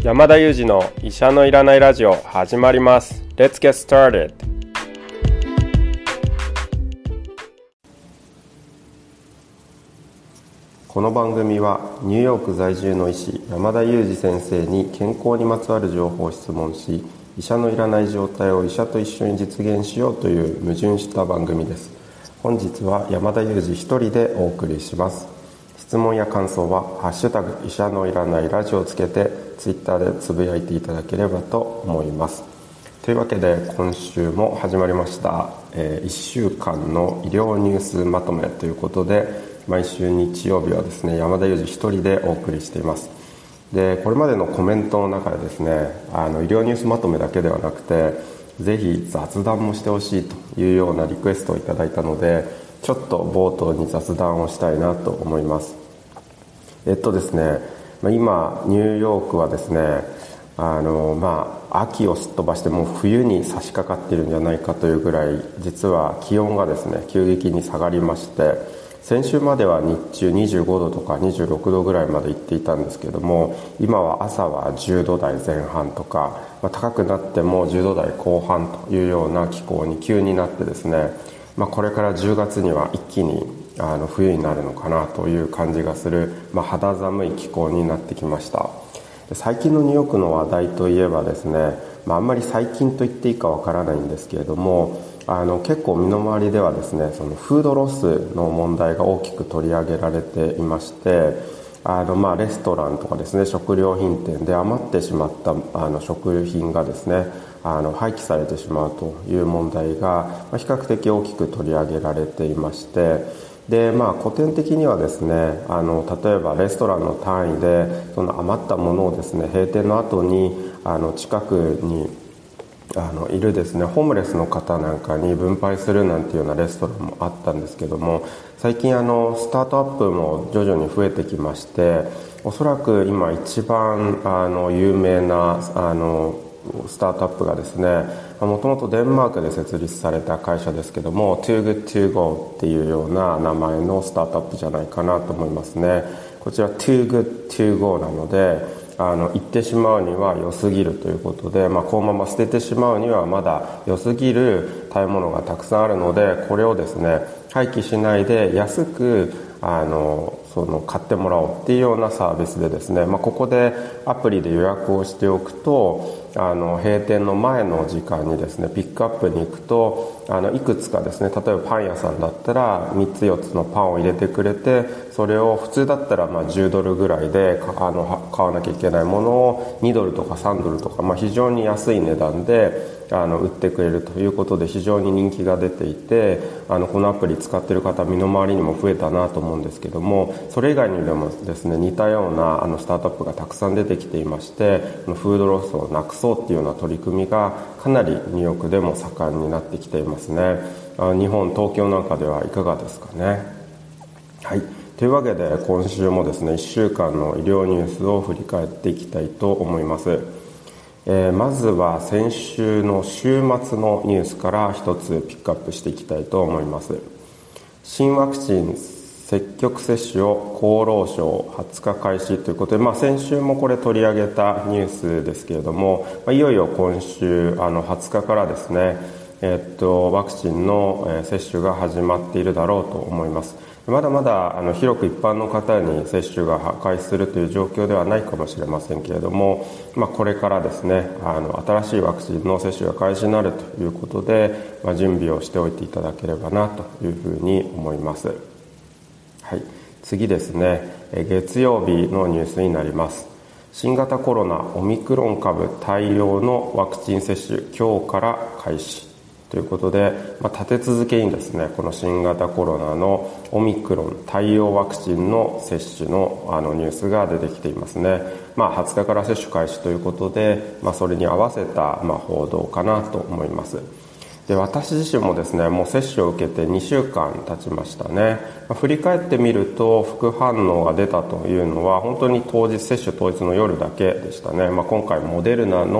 山田裕二の医者のいらないラジオ始まります。 Let's get started。 この番組はニューヨーク在住の医師山田裕二先生に健康にまつわる情報を質問し、医者のいらない状態を医者と一緒に実現しようという矛盾した番組です。本日は山田裕二一人でお送りします。質問や感想はハッシュタグ医者のいらないラジオをつけてツイッターでつぶやいていただければと思います。というわけで今週も始まりました、1週間の医療ニュースまとめということで、毎週日曜日はですね山田裕二一人でお送りしています。でこれまでのコメントの中でですね医療ニュースまとめだけではなくて、ぜひ雑談もしてほしいというようなリクエストをいただいたので、ちょっと冒頭に雑談をしたいなと思います。ですね、今ニューヨークはですね秋をすっ飛ばしてもう冬に差し掛かっているんじゃないかというぐらい、実は気温がですね急激に下がりまして、先週までは日中25度とか26度ぐらいまで行っていたんですけども、今は朝は10度台前半とか、高くなっても10度台後半というような気候に急になってですね、これから10月には一気に冬になるのかなという感じがする、肌寒い気候になってきました。最近のニューヨークの話題といえばですね、あんまり最近と言っていいかわからないんですけれども、結構身の回りではですね、そのフードロスの問題が大きく取り上げられていまして、レストランとかですね、食料品店で余ってしまった食品がですね廃棄されてしまうという問題が比較的大きく取り上げられていまして、で古典的にはですね例えばレストランの単位でその余ったものをですね閉店の後に近くにいるですねホームレスの方なんかに分配するなんていうようなレストランもあったんですけども、最近スタートアップも徐々に増えてきまして、おそらく今一番有名なスタートアップがですね、もともとデンマークで設立された会社ですけども Too Good To Go っていうような名前のスタートアップじゃないかなと思いますね。こちら Too Good To Go なので行ってしまうには良すぎるということで、このまま捨ててしまうにはまだ良すぎる食べ物がたくさんあるので、これをですね廃棄しないで安く買ってもらおうっていうようなサービスでですね、ここでアプリで予約をしておくと閉店の前の時間にですねピックアップに行くといくつかですね、例えばパン屋さんだったら3つ4つのパンを入れてくれて、それを普通だったら10ドルぐらいで買わなきゃいけないものを2ドルとか3ドルとか、非常に安い値段で売ってくれるということで非常に人気が出ていて、このアプリ使っている方身の回りにも増えたなと思うんですけども、それ以外にでもですね似たようなスタートアップがたくさん出てきていまして、フードロスをなくそうっていうような取り組みがかなりニューヨークでも盛んになってきていますね。日本、東京なんかではいかがですかね。はい、というわけで今週もですね1週間の医療ニュースを振り返っていきたいと思います。まずは先週の週末のニュースから一つピックアップしていきたいと思います。新ワクチン積極接種を厚労省20日開始ということで、先週もこれ取り上げたニュースですけれども、いよいよ今週20日からですね、ワクチンの接種が始まっているだろうと思います。まだまだ広く一般の方に接種が開始するという状況ではないかもしれませんけれども、これからですね新しいワクチンの接種が開始になるということで、準備をしておいていただければなというふうに思います。はい、次ですね、月曜日のニュースになります。新型コロナオミクロン株対応のワクチン接種今日から開始ということで、立て続けにですねこの新型コロナのオミクロン対応ワクチンの接種のニュースが出てきていますね。20日から接種開始ということで、それに合わせた報道かなと思います。で私自身もですねもう接種を受けて2週間経ちましたね。振り返ってみると副反応が出たというのは本当に接種当日の夜だけでしたね。今回モデルナの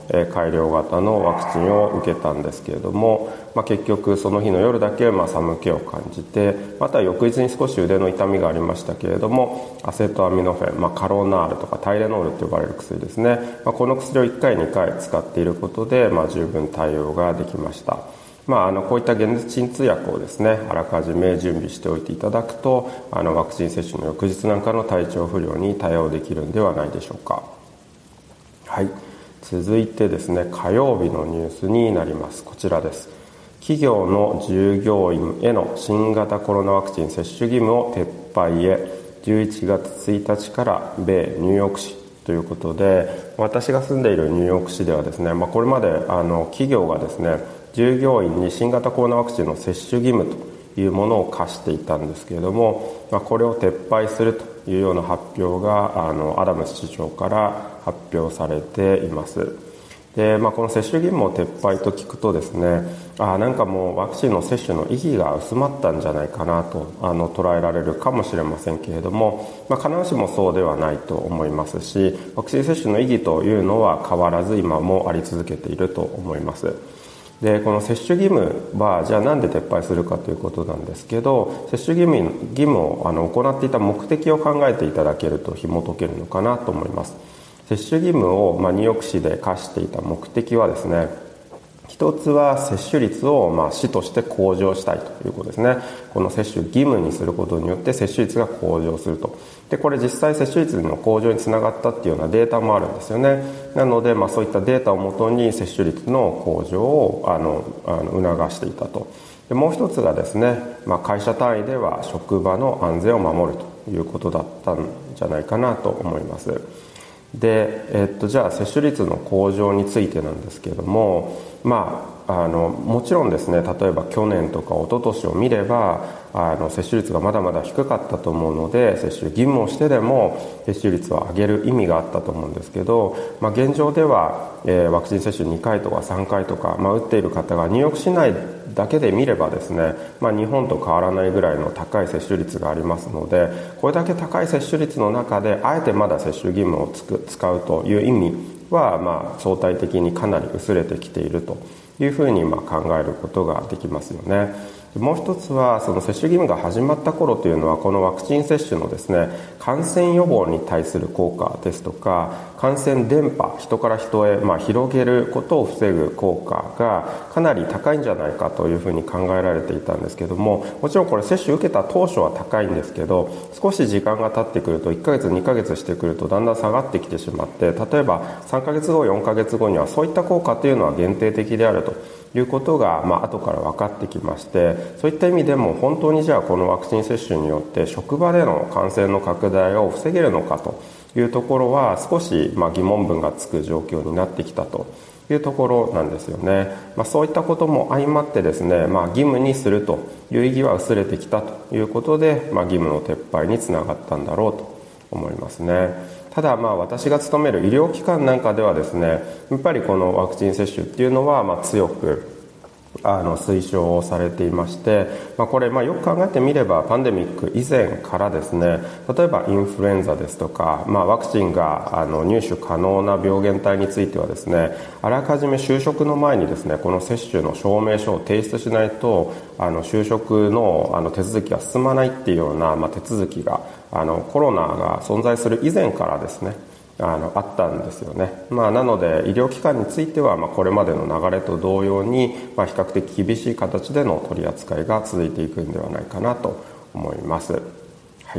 改良型のワクチンを受けたんですけれども、結局その日の夜だけ寒気を感じて、また翌日に少し腕の痛みがありましたけれども、アセトアミノフェン、カロナールとかタイレノールと呼ばれる薬ですね、この薬を1回2回使っていることで、十分対応ができました。こういった解熱鎮痛薬をですね、あらかじめ準備しておいていただくと、ワクチン接種の翌日なんかの体調不良に対応できるんではないでしょうか。はい、続いてですね、火曜日のニュースになります。こちらです。企業の従業員への新型コロナワクチン接種義務を撤廃へ、11月1日から米ニューヨーク市ということで、私が住んでいるニューヨーク市ではですね、これまで企業がですね、従業員に新型コロナワクチンの接種義務というものを課していたんですけれども、これを撤廃するというような発表がアダムス市長から発表されています。で、この接種義務を撤廃と聞くとですね、なんかもうワクチンの接種の意義が薄まったんじゃないかなと捉えられるかもしれませんけれども、必ずしもそうではないと思いますし、ワクチン接種の意義というのは変わらず今もあり続けていると思います。で、この接種義務はじゃあなんで撤廃するかということなんですけど、接種義務を行っていた目的を考えていただけると紐解けるのかなと思います。接種義務をニューヨーク市で課していた目的はですね、一つは接種率を市として向上したいということですね。この接種義務にすることによって接種率が向上すると。で、これ実際接種率の向上につながったっていうようなデータもあるんですよね。なので、そういったデータをもとに接種率の向上を促していたと。で、もう一つがですね、会社単位では職場の安全を守るということだったんじゃないかなと思います。で、じゃあ接種率の向上についてなんですけれども、もちろんですね、例えば去年とか一昨年を見れば接種率がまだまだ低かったと思うので、接種義務をしてでも接種率を上げる意味があったと思うんですけど、現状では、ワクチン接種2回とか3回とか、打っている方がニューヨーク市内だけで見ればですね、日本と変わらないぐらいの高い接種率がありますので、これだけ高い接種率の中であえてまだ接種義務を使うという意味は、相対的にかなり薄れてきているというふうに考えることができますよね。もう一つは、その接種義務が始まった頃というのは、このワクチン接種のですね、感染予防に対する効果ですとか、感染伝播、人から人へ広げることを防ぐ効果がかなり高いんじゃないかというふうに考えられていたんですけども、もちろんこれ接種受けた当初は高いんですけど、少し時間が経ってくると、1ヶ月2ヶ月してくるとだんだん下がってきてしまって、例えば3ヶ月後4ヶ月後にはそういった効果というのは限定的であるということが後から分かってきまして、そういった意味でも本当にじゃあこのワクチン接種によって職場での感染の拡大を防げるのかというところは少し疑問文がつく状況になってきたというところなんですよね。そういったことも相まってですね、義務にするという意義は薄れてきたということで、義務の撤廃につながったんだろうと思いますね。ただ私が勤める医療機関なんかではですね、やっぱりこのワクチン接種っていうのは強く推奨されていまして、これよく考えてみればパンデミック以前からですね、例えばインフルエンザですとか、ワクチンが入手可能な病原体についてはですね、あらかじめ就職の前にですね、この接種の証明書を提出しないと就職の手続きが進まないっていうような手続きがコロナが存在する以前からですねあったんですよね。なので医療機関についてはこれまでの流れと同様に比較的厳しい形での取り扱いが続いていくんではないかなと思います。はい、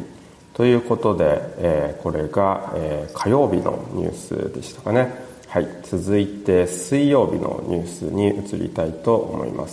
ということで、これが、火曜日のニュースでしたかね。はい、続いて水曜日のニュースに移りたいと思います。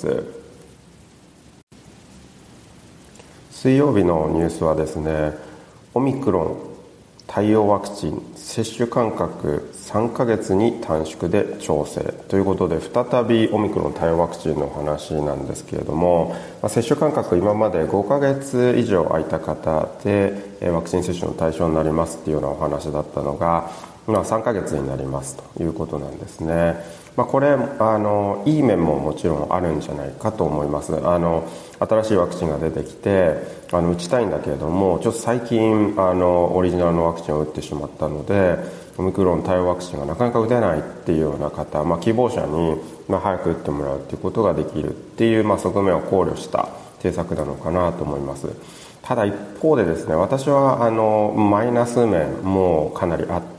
水曜日のニュースはですね、オミクロン対応ワクチン接種間隔3ヶ月に短縮で調整ということで、再びオミクロン対応ワクチンの話なんですけれども、接種間隔今まで5ヶ月以上空いた方でワクチン接種の対象になりますっていうようなお話だったのが、3ヶ月になりますということなんですね。これいい面ももちろんあるんじゃないかと思います。新しいワクチンが出てきて打ちたいんだけれども、ちょっと最近オリジナルのワクチンを打ってしまったのでオミクロン対応ワクチンがなかなか打てないっていうような方、希望者に早く打ってもらうっていうことができるっていう、側面を考慮した政策なのかなと思います。ただ一方でですね、私はマイナス面もかなりあって、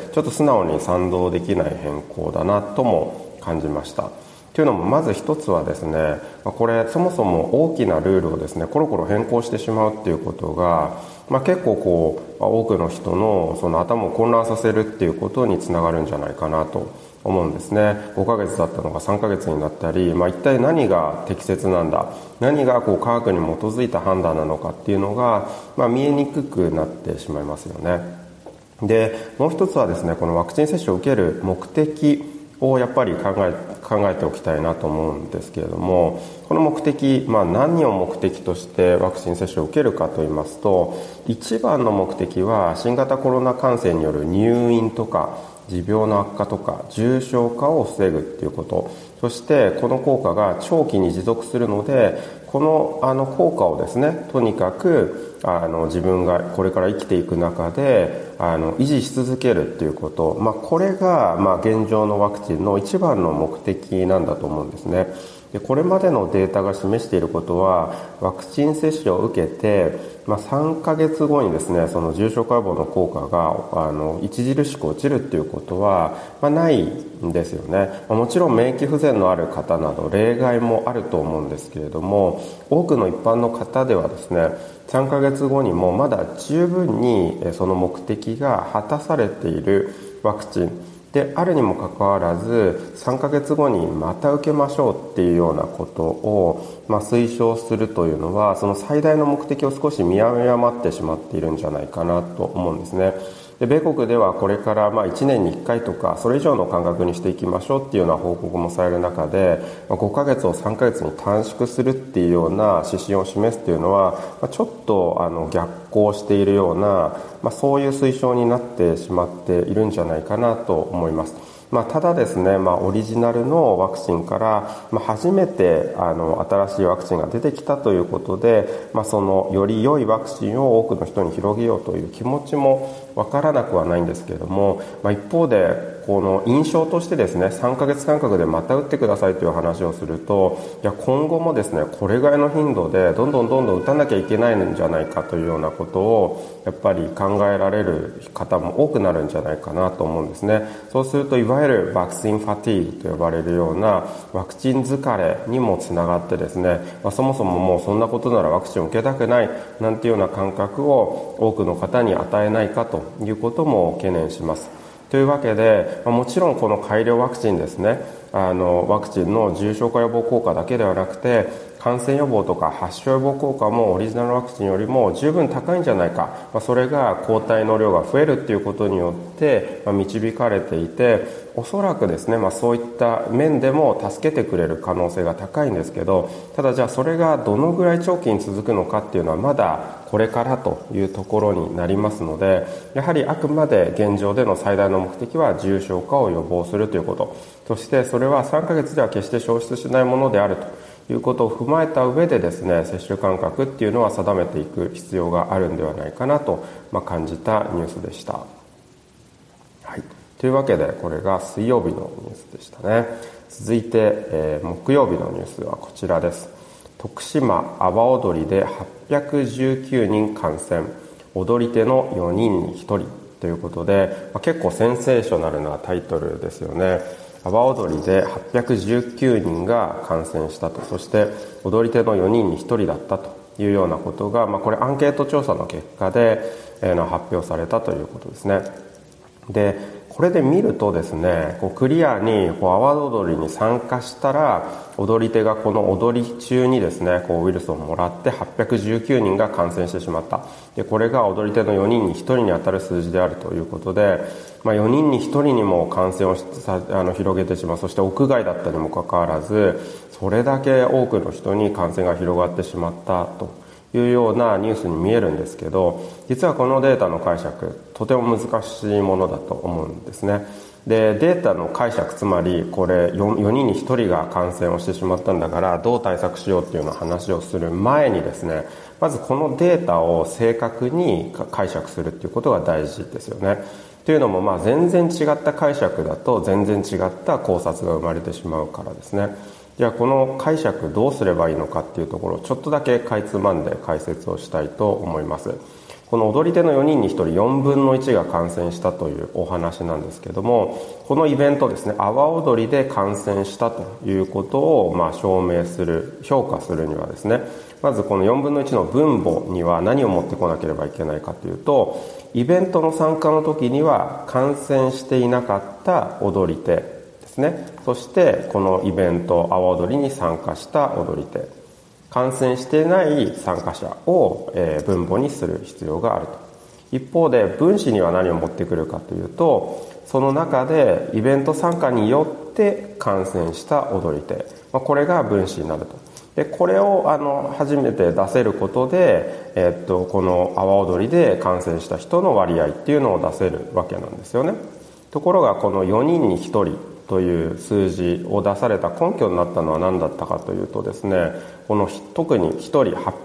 ちょっと素直に賛同できない変更だなとも感じました。というのも、まず一つはですね、これそもそも大きなルールをですねコロコロ変更してしまうっていうことが、結構多くの人のその頭を混乱させるっていうことにつながるんじゃないかなと思うんですね。5ヶ月だったのが3ヶ月になったり、一体何が適切なんだ、何が科学に基づいた判断なのかっていうのが、見えにくくなってしまいますよね。で、もう一つはですね、このワクチン接種を受ける目的をやっぱり考えておきたいなと思うんですけれども、この目的、何を目的としてワクチン接種を受けるかといいますと、一番の目的は新型コロナ感染による入院とか持病の悪化とか重症化を防ぐっていうこと、そしてこの効果が長期に持続するので、この効果をですね、とにかく自分がこれから生きていく中で維持し続けるっていうこと、これが現状のワクチンの一番の目的なんだと思うんですね。で、これまでのデータが示していることは、ワクチン接種を受けて、3ヶ月後にですね、その重症化予防の効果が著しく落ちるっていうことは、ないんですよね。もちろん免疫不全のある方など例外もあると思うんですけれども、多くの一般の方ではですね、3ヶ月後にもまだ十分にその目的が果たされているワクチンであるにもかかわらず、3ヶ月後にまた受けましょうっていうようなことを、推奨するというのは、その最大の目的を少し見誤ってしまっているんじゃないかなと思うんですね。で、米国ではこれから1年に1回とかそれ以上の間隔にしていきましょうっていうような報告もされる中で、5ヶ月を3ヶ月に短縮するっていうような指針を示すっていうのは、ちょっと逆行しているような、そういう推奨になってしまっているんじゃないかなと思います。ただですね、オリジナルのワクチンから、初めて新しいワクチンが出てきたということで、そのより良いワクチンを多くの人に広げようという気持ちもわからなくはないんですけれども、一方でこの印象としてですね、3ヶ月間隔でまた打ってくださいという話をすると、今後もですね、これぐらいの頻度でどんどん打たなきゃいけないんじゃないかというようなことをやっぱり考えられる方も多くなるんじゃないかなと思うんですね。そうすると、いわゆるワクチンファティーと呼ばれるようなワクチン疲れにもつながってですね、そもそももうそんなことならワクチンを受けたくないなんていうような感覚を多くの方に与えないかということも懸念します。というわけで、もちろんこの改良ワクチンですね、ワクチンの重症化予防効果だけではなくて、感染予防とか発症予防効果もオリジナルワクチンよりも十分高いんじゃないか、それが抗体の量が増えるっていうことによって導かれていて、おそらくですね、そういった面でも助けてくれる可能性が高いんですけど、ただじゃあそれがどのぐらい長期に続くのかっていうのはまだこれからというところになりますので、やはりあくまで現状での最大の目的は重症化を予防するということ、そしてそれは3ヶ月では決して消失しないものであるということを踏まえた上でですね、接種間隔っていうのは定めていく必要があるんではないかなと、感じたニュースでした。はい、というわけで、これが水曜日のニュースでしたね。続いて、木曜日のニュースはこちらです。徳島阿波踊りで819人感染、踊り手の4人に1人ということで、結構センセーショナルなタイトルですよね。阿波踊りで819人が感染したと、そして踊り手の4人に1人だったというようなことが、これアンケート調査の結果で、発表されたということですね。で、これで見るとですね、クリアに阿波踊りに参加したら、踊り手がこの踊り中にですね、ウイルスをもらって819人が感染してしまった。で、これが踊り手の4人に1人に当たる数字であるということで、4人に1人にも感染を広げてしまう。そして屋外だったにもかかわらず、それだけ多くの人に感染が広がってしまったというようなニュースに見えるんですけど、実はこのデータの解釈、とても難しいものだと思うんですね。で、データの解釈、つまりこれ 4人に1人が感染をしてしまったんだからどう対策しようっていうような話をする前にですね、 まずこのデータを正確に解釈するっていうことが大事ですよね。というのも全然違った解釈だと全然違った考察が生まれてしまうからですね。じゃあこの解釈どうすればいいのかっていうところをちょっとだけかいつまんで解説をしたいと思います。この踊り手の4人に1人4分の1が感染したというお話なんですけども、このイベントですね、阿波踊りで感染したということを証明する、評価するにはですね、まずこの4分の1の分母には何を持ってこなければいけないかというと、イベントの参加の時には感染していなかった踊り手ですね、そしてこのイベント阿波踊りに参加した踊り手、感染していない参加者を分母にする必要があると。一方で分子には何を持ってくるかというと、その中でイベント参加によって感染した踊り手、これが分子になると。でこれを初めて出せることで、この阿波踊りで感染した人の割合っていうのを出せるわけなんですよね。ところがこの4人に1人という数字を出された根拠になったのは何だったかというとですね、この特に1人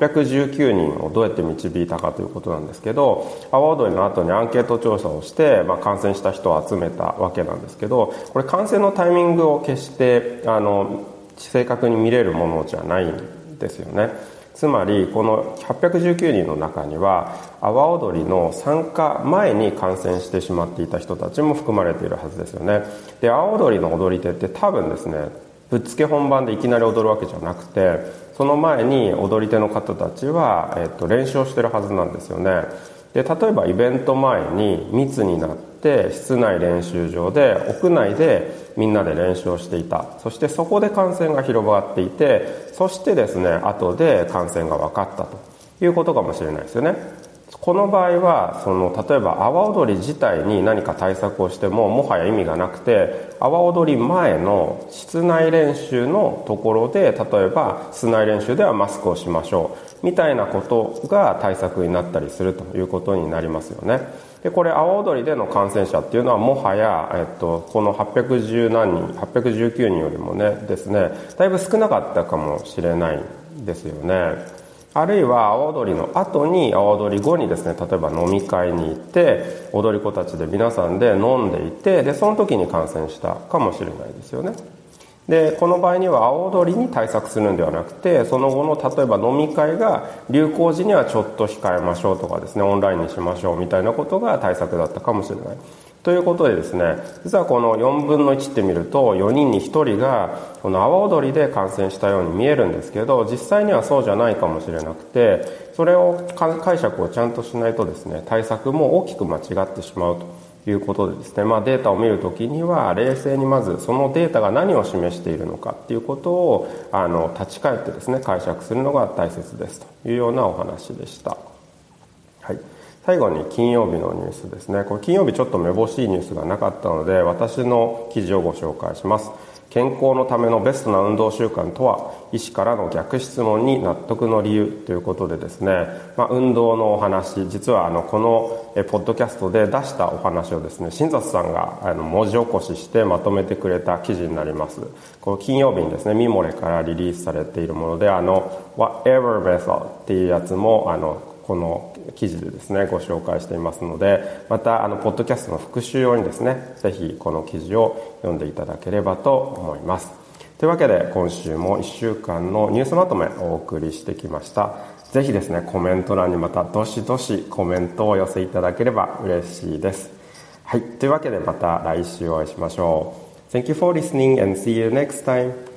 819人をどうやって導いたかということなんですけど、阿波踊りの後にアンケート調査をして、感染した人を集めたわけなんですけど、これ感染のタイミングを決して正確に見れるものじゃないんですよね。つまりこの819人の中には阿波踊りの参加前に感染してしまっていた人たちも含まれているはずですよね。で阿波踊りの踊り手って多分ですね、ぶっつけ本番でいきなり踊るわけじゃなくて、その前に踊り手の方たちは、練習をしてるはずなんですよね。で例えばイベント前に密になって室内練習場で屋内でみんなで練習をしていた。そしてそこで感染が広がっていて、そしてですね後で感染が分かったということかもしれないですよね。この場合は例えば阿波踊り自体に何か対策をしてももはや意味がなくて、阿波踊り前の室内練習のところで、例えば室内練習ではマスクをしましょうみたいなことが対策になったりするということになりますよね。でこれ阿波踊りでの感染者っていうのはもはや、この819人よりもねですね、だいぶ少なかったかもしれないんですよね。あるいは阿波踊りの後に阿波踊り後にですね、例えば飲み会に行って踊り子たちで皆さんで飲んでいて、でその時に感染したかもしれないですよね。でこの場合には阿波踊りに対策するんではなくて、その後の例えば飲み会が流行時にはちょっと控えましょうとかですね、オンラインにしましょうみたいなことが対策だったかもしれないということでですね、実はこの4分の1って見ると4人に1人がこの阿波踊りで感染したように見えるんですけど、実際にはそうじゃないかもしれなくて、それを解釈をちゃんとしないとですね、対策も大きく間違ってしまうということでですね、データを見るときには冷静にまずそのデータが何を示しているのかっていうことを立ち返ってですね解釈するのが大切ですというようなお話でした。はい、最後に金曜日のニュースですね。これ金曜日ちょっとめぼしいニュースがなかったので私の記事をご紹介します。健康のためのベストな運動習慣とは、医師からの逆質問に納得の理由ということでですね、運動のお話、実はこのポッドキャストで出したお話をですね、新里さんが文字起こししてまとめてくれた記事になります。この金曜日にですね、ミモレからリリースされているもので、Whatever Method っていうやつもこの記事でですねご紹介していますので、またポッドキャストの復習用にですね、ぜひこの記事を読んでいただければと思います。というわけで今週も1週間のニュースまとめをお送りしてきました。ぜひですねコメント欄にまたどしどしコメントをお寄せいただければ嬉しいです。はい、というわけでまた来週お会いしましょう。Thank you for listening and see you next time.